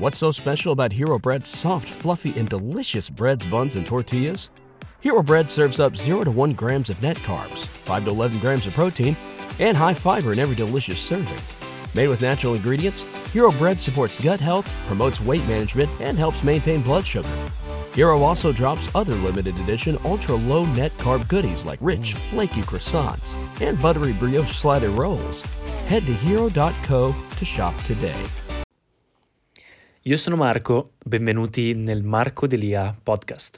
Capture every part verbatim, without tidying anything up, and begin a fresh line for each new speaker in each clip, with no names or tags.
What's so special about Hero Bread's soft, fluffy, and delicious breads, buns, and tortillas? Hero Bread serves up zero to one grams of net carbs, five to eleven grams of protein, and high fiber in every delicious serving. Made with natural ingredients, Hero Bread supports gut health, promotes weight management, and helps maintain blood sugar. Hero also drops other limited edition ultra-low net carb goodies like rich, flaky croissants and buttery brioche slider rolls. Head to hero dot co to shop today.
Io sono Marco, benvenuti nel Marco Delia podcast.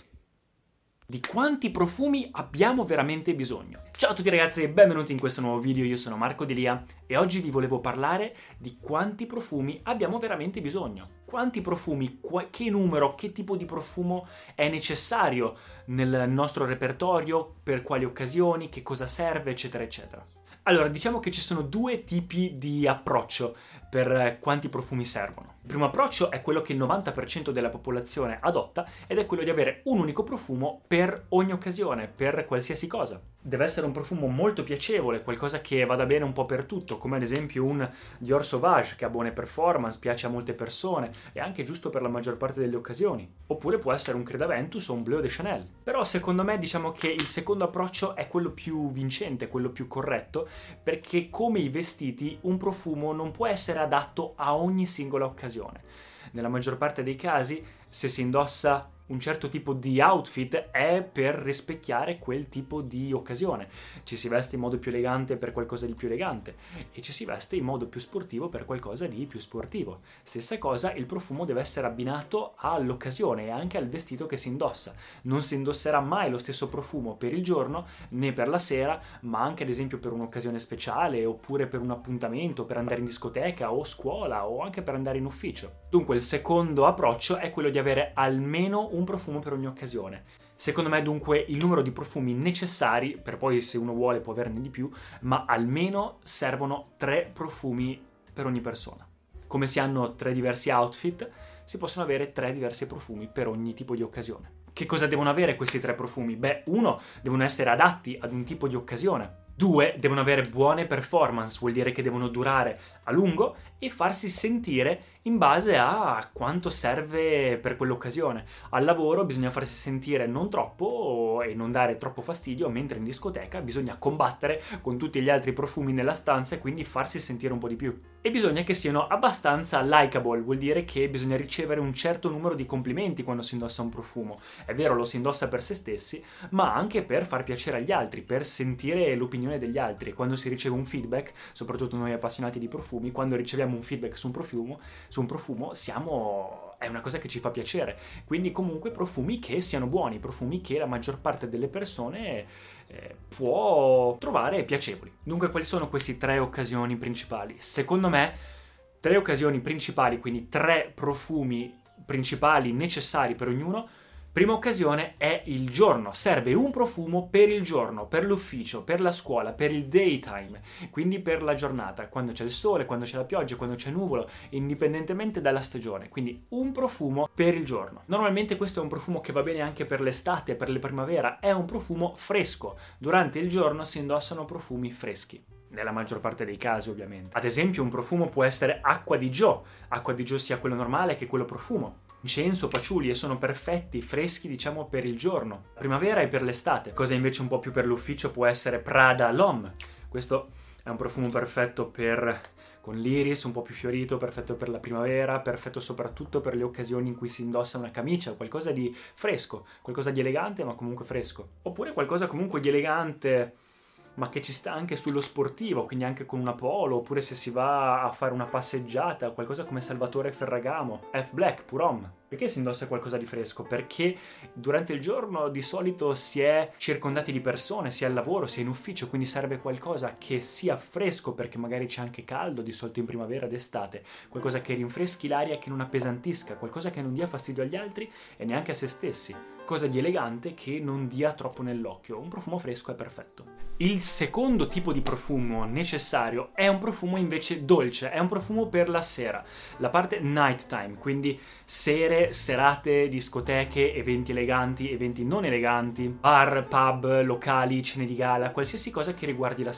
Di quanti profumi abbiamo veramente bisogno? Ciao a tutti ragazzi e benvenuti in questo nuovo video, io sono Marco Delia e oggi vi volevo parlare di quanti profumi abbiamo veramente bisogno. Quanti profumi, qu- che numero, che tipo di profumo è necessario nel nostro repertorio, per quali occasioni, che cosa serve, eccetera, eccetera. Allora, diciamo che ci sono due tipi di approccio per quanti profumi servono. Il primo approccio è quello che il novanta per cento della popolazione adotta ed è quello di avere un unico profumo per ogni occasione, per qualsiasi cosa. Deve essere un profumo molto piacevole, qualcosa che vada bene un po' per tutto, come ad esempio un Dior Sauvage che ha buone performance, piace a molte persone e anche giusto per la maggior parte delle occasioni. Oppure può essere un Creed Aventus o un Bleu de Chanel. Però secondo me diciamo che il secondo approccio è quello più vincente, quello più corretto, perché come i vestiti un profumo non può essere adatto a ogni singola occasione. Nella maggior parte dei casi, se si indossa un certo tipo di outfit è per rispecchiare quel tipo di occasione. Ci si veste in modo più elegante per qualcosa di più elegante e ci si veste in modo più sportivo per qualcosa di più sportivo. Stessa cosa, il profumo deve essere abbinato all'occasione e anche al vestito che si indossa. Non si indosserà mai lo stesso profumo per il giorno né per la sera, ma anche ad esempio per un'occasione speciale oppure per un appuntamento, per andare in discoteca o scuola o anche per andare in ufficio. Dunque il secondo approccio è quello di avere almeno un profumo per ogni occasione. Secondo me dunque il numero di profumi necessari, per poi se uno vuole può averne di più, ma almeno servono tre profumi per ogni persona. Come si hanno tre diversi outfit, si possono avere tre diversi profumi per ogni tipo di occasione. Che cosa devono avere questi tre profumi? Beh, uno, devono essere adatti ad un tipo di occasione. Due, devono avere buone performance, vuol dire che devono durare a lungo e farsi sentire in base a quanto serve per quell'occasione. Al lavoro bisogna farsi sentire non troppo e non dare troppo fastidio, mentre in discoteca bisogna combattere con tutti gli altri profumi nella stanza e quindi farsi sentire un po' di più. E bisogna che siano abbastanza likable, vuol dire che bisogna ricevere un certo numero di complimenti quando si indossa un profumo. È vero, lo si indossa per se stessi, ma anche per far piacere agli altri, per sentire l'opinione degli altri. Quando si riceve un feedback, soprattutto noi appassionati di profumi, quando riceviamo un feedback su un profumo, su un profumo siamo... è una cosa che ci fa piacere. Quindi comunque profumi che siano buoni, profumi che la maggior parte delle persone eh, può trovare piacevoli. Dunque quali sono queste tre occasioni principali? Secondo me tre occasioni principali, quindi tre profumi principali necessari per ognuno. Prima occasione è il giorno, serve un profumo per il giorno, per l'ufficio, per la scuola, per il daytime, quindi per la giornata, quando c'è il sole, quando c'è la pioggia, quando c'è nuvolo, indipendentemente dalla stagione, quindi un profumo per il giorno. Normalmente questo è un profumo che va bene anche per l'estate, per la primavera, è un profumo fresco, durante il giorno si indossano profumi freschi. Nella maggior parte dei casi ovviamente. Ad esempio un profumo può essere acqua di Gio, acqua di Gio sia quello normale che quello profumo. Incenso, paciuli e sono perfetti, freschi diciamo per il giorno, primavera e per l'estate. Cosa invece un po' più per l'ufficio può essere Prada L'Homme. Questo è un profumo perfetto per con l'iris un po' più fiorito, perfetto per la primavera, perfetto soprattutto per le occasioni in cui si indossa una camicia, qualcosa di fresco, qualcosa di elegante ma comunque fresco. Oppure qualcosa comunque di elegante ma che ci sta anche sullo sportivo, quindi anche con una polo, oppure se si va a fare una passeggiata, qualcosa come Salvatore Ferragamo, F Black, Pour-Homme. Perché si indossa qualcosa di fresco? Perché durante il giorno di solito si è circondati di persone, si è al lavoro, si è in ufficio, quindi serve qualcosa che sia fresco perché magari c'è anche caldo, di solito in primavera d'estate, qualcosa che rinfreschi l'aria, che non appesantisca, qualcosa che non dia fastidio agli altri e neanche a se stessi, cosa di elegante che non dia troppo nell'occhio. Un profumo fresco è perfetto. Il secondo tipo di profumo necessario è un profumo invece dolce, è un profumo per la sera, la parte nighttime, quindi sere, serate, discoteche, eventi eleganti, eventi non eleganti, bar, pub, locali, cene di gala, qualsiasi cosa che riguardi la sera.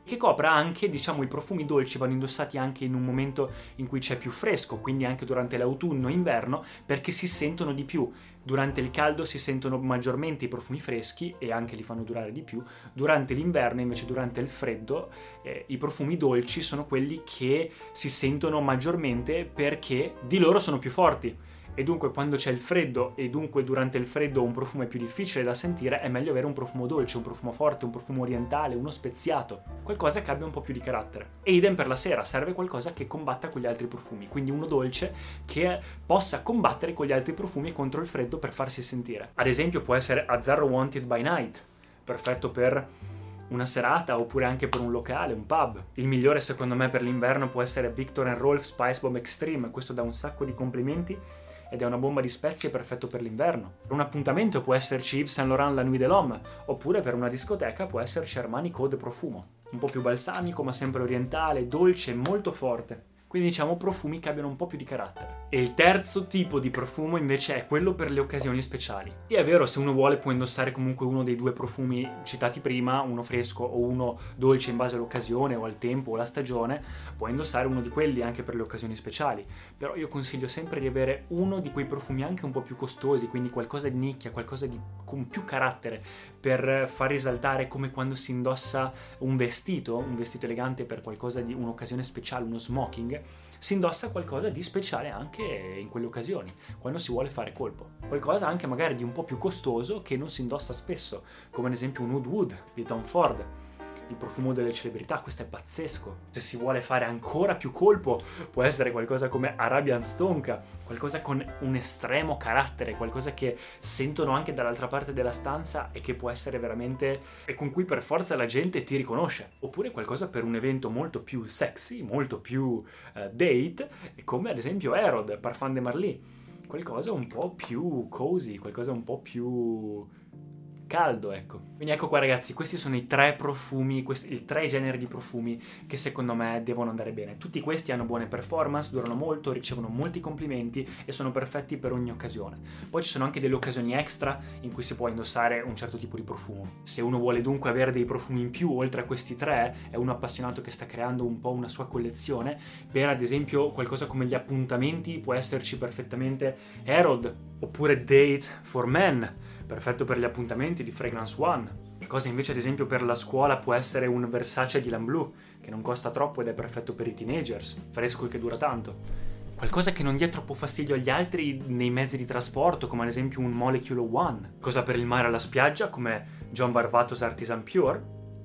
che copra anche, diciamo, i profumi dolci vanno indossati anche in un momento in cui c'è più fresco, quindi anche durante l'autunno e inverno, perché si sentono di più. Durante il caldo si sentono maggiormente i profumi freschi e anche li fanno durare di più. Durante l'inverno, invece, durante il freddo, eh, i profumi dolci sono quelli che si sentono maggiormente perché di loro sono più forti. E dunque quando c'è il freddo e dunque durante il freddo un profumo è più difficile da sentire, è meglio avere un profumo dolce, un profumo forte, un profumo orientale, uno speziato, qualcosa che abbia un po' più di carattere. E idem per la sera, serve qualcosa che combatta con gli altri profumi, quindi uno dolce che possa combattere con gli altri profumi contro il freddo per farsi sentire. Ad esempio può essere Azzarro Wanted by Night, perfetto per una serata oppure anche per un locale, un pub. Il migliore secondo me per l'inverno può essere Viktor and Rolf Spice Bomb Extreme, questo dà un sacco di complimenti ed è una bomba di spezie perfetto per l'inverno. Per un appuntamento può esserci Yves Saint Laurent La Nuit de l'Homme, oppure per una discoteca può esserci Armani Code Profumo, un po' più balsamico ma sempre orientale, dolce e molto forte. Quindi diciamo profumi che abbiano un po' più di carattere. E il terzo tipo di profumo invece è quello per le occasioni speciali. Sì, è vero, se uno vuole può indossare comunque uno dei due profumi citati prima, uno fresco o uno dolce in base all'occasione o al tempo o alla stagione, può indossare uno di quelli anche per le occasioni speciali. Però io consiglio sempre di avere uno di quei profumi anche un po' più costosi, quindi qualcosa di nicchia, qualcosa di, con più carattere, per far risaltare come quando si indossa un vestito, un vestito elegante per qualcosa di un'occasione speciale, uno smoking, si indossa qualcosa di speciale anche in quelle occasioni, quando si vuole fare colpo. Qualcosa anche magari di un po' più costoso che non si indossa spesso, come ad esempio un Oud Wood di Tom Ford, il profumo delle celebrità. Questo è pazzesco. Se si vuole fare ancora più colpo, può essere qualcosa come Arabian Stonka, qualcosa con un estremo carattere, qualcosa che sentono anche dall'altra parte della stanza e che può essere veramente, e con cui per forza la gente ti riconosce. Oppure qualcosa per un evento molto più sexy, molto più uh, date, come ad esempio Herod, Parfum de Marly, qualcosa un po' più cozy, qualcosa un po' più caldo, ecco. Quindi ecco qua ragazzi, questi sono i tre profumi, questi, i tre generi di profumi che secondo me devono andare bene. Tutti questi hanno buone performance, durano molto, ricevono molti complimenti e sono perfetti per ogni occasione. Poi ci sono anche delle occasioni extra in cui si può indossare un certo tipo di profumo. Se uno vuole dunque avere dei profumi in più oltre a questi tre, è uno appassionato che sta creando un po' una sua collezione, per ad esempio qualcosa come gli appuntamenti può esserci perfettamente Herod, oppure Date for Men, perfetto per gli appuntamenti di Fragrance One. Cosa invece ad esempio per la scuola può essere un Versace Dylan Blue, che non costa troppo ed è perfetto per i teenagers, fresco e che dura tanto. Qualcosa che non dia troppo fastidio agli altri nei mezzi di trasporto, come ad esempio un Molecule One. Cosa per il mare alla spiaggia, come John Varvatos Artisan Pure,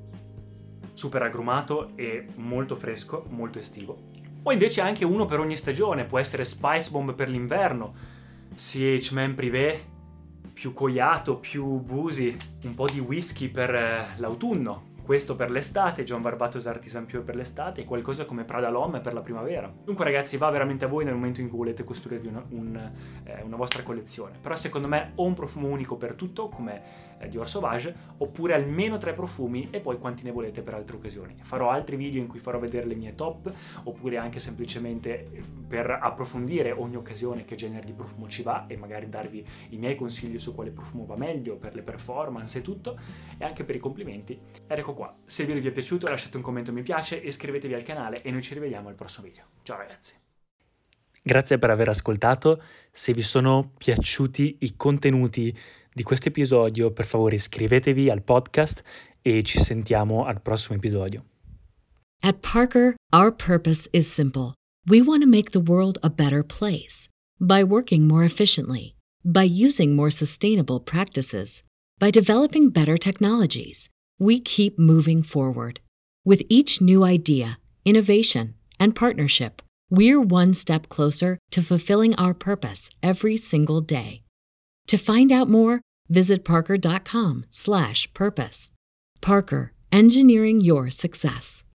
super agrumato e molto fresco, molto estivo. O invece anche uno per ogni stagione, può essere Spice Bomb per l'inverno, C H Man Privé, più coiato, più boozy, un po' di whisky per eh, l'autunno, questo per l'estate, John Varvatos Artisan Pure per l'estate e qualcosa come Prada L'Homme per la primavera. Dunque ragazzi, va veramente a voi nel momento in cui volete costruirvi una, un, eh, una vostra collezione, però secondo me o un profumo unico per tutto come eh, Dior Sauvage, oppure almeno tre profumi e poi quanti ne volete per altre occasioni. Farò altri video in cui farò vedere le mie top, oppure anche semplicemente per approfondire ogni occasione che genere di profumo ci va e magari darvi i miei consigli su quale profumo va meglio per le performance e tutto, e anche per i complimenti. Ed ecco qua. Se il video vi è piaciuto lasciate un commento mi piace, iscrivetevi al canale e noi ci rivediamo al prossimo video. Ciao ragazzi!
Grazie per aver ascoltato. Se vi sono piaciuti i contenuti di questo episodio, per favore iscrivetevi al podcast e ci sentiamo al prossimo episodio.
At Parker, our purpose is simple. We want to make the world a better place by working more efficiently, by using more sustainable practices, by developing better technologies. We keep moving forward. With each new idea, innovation, and partnership, we're one step closer to fulfilling our purpose every single day. To find out more, visit parker dot com slash purpose. Parker, engineering your success.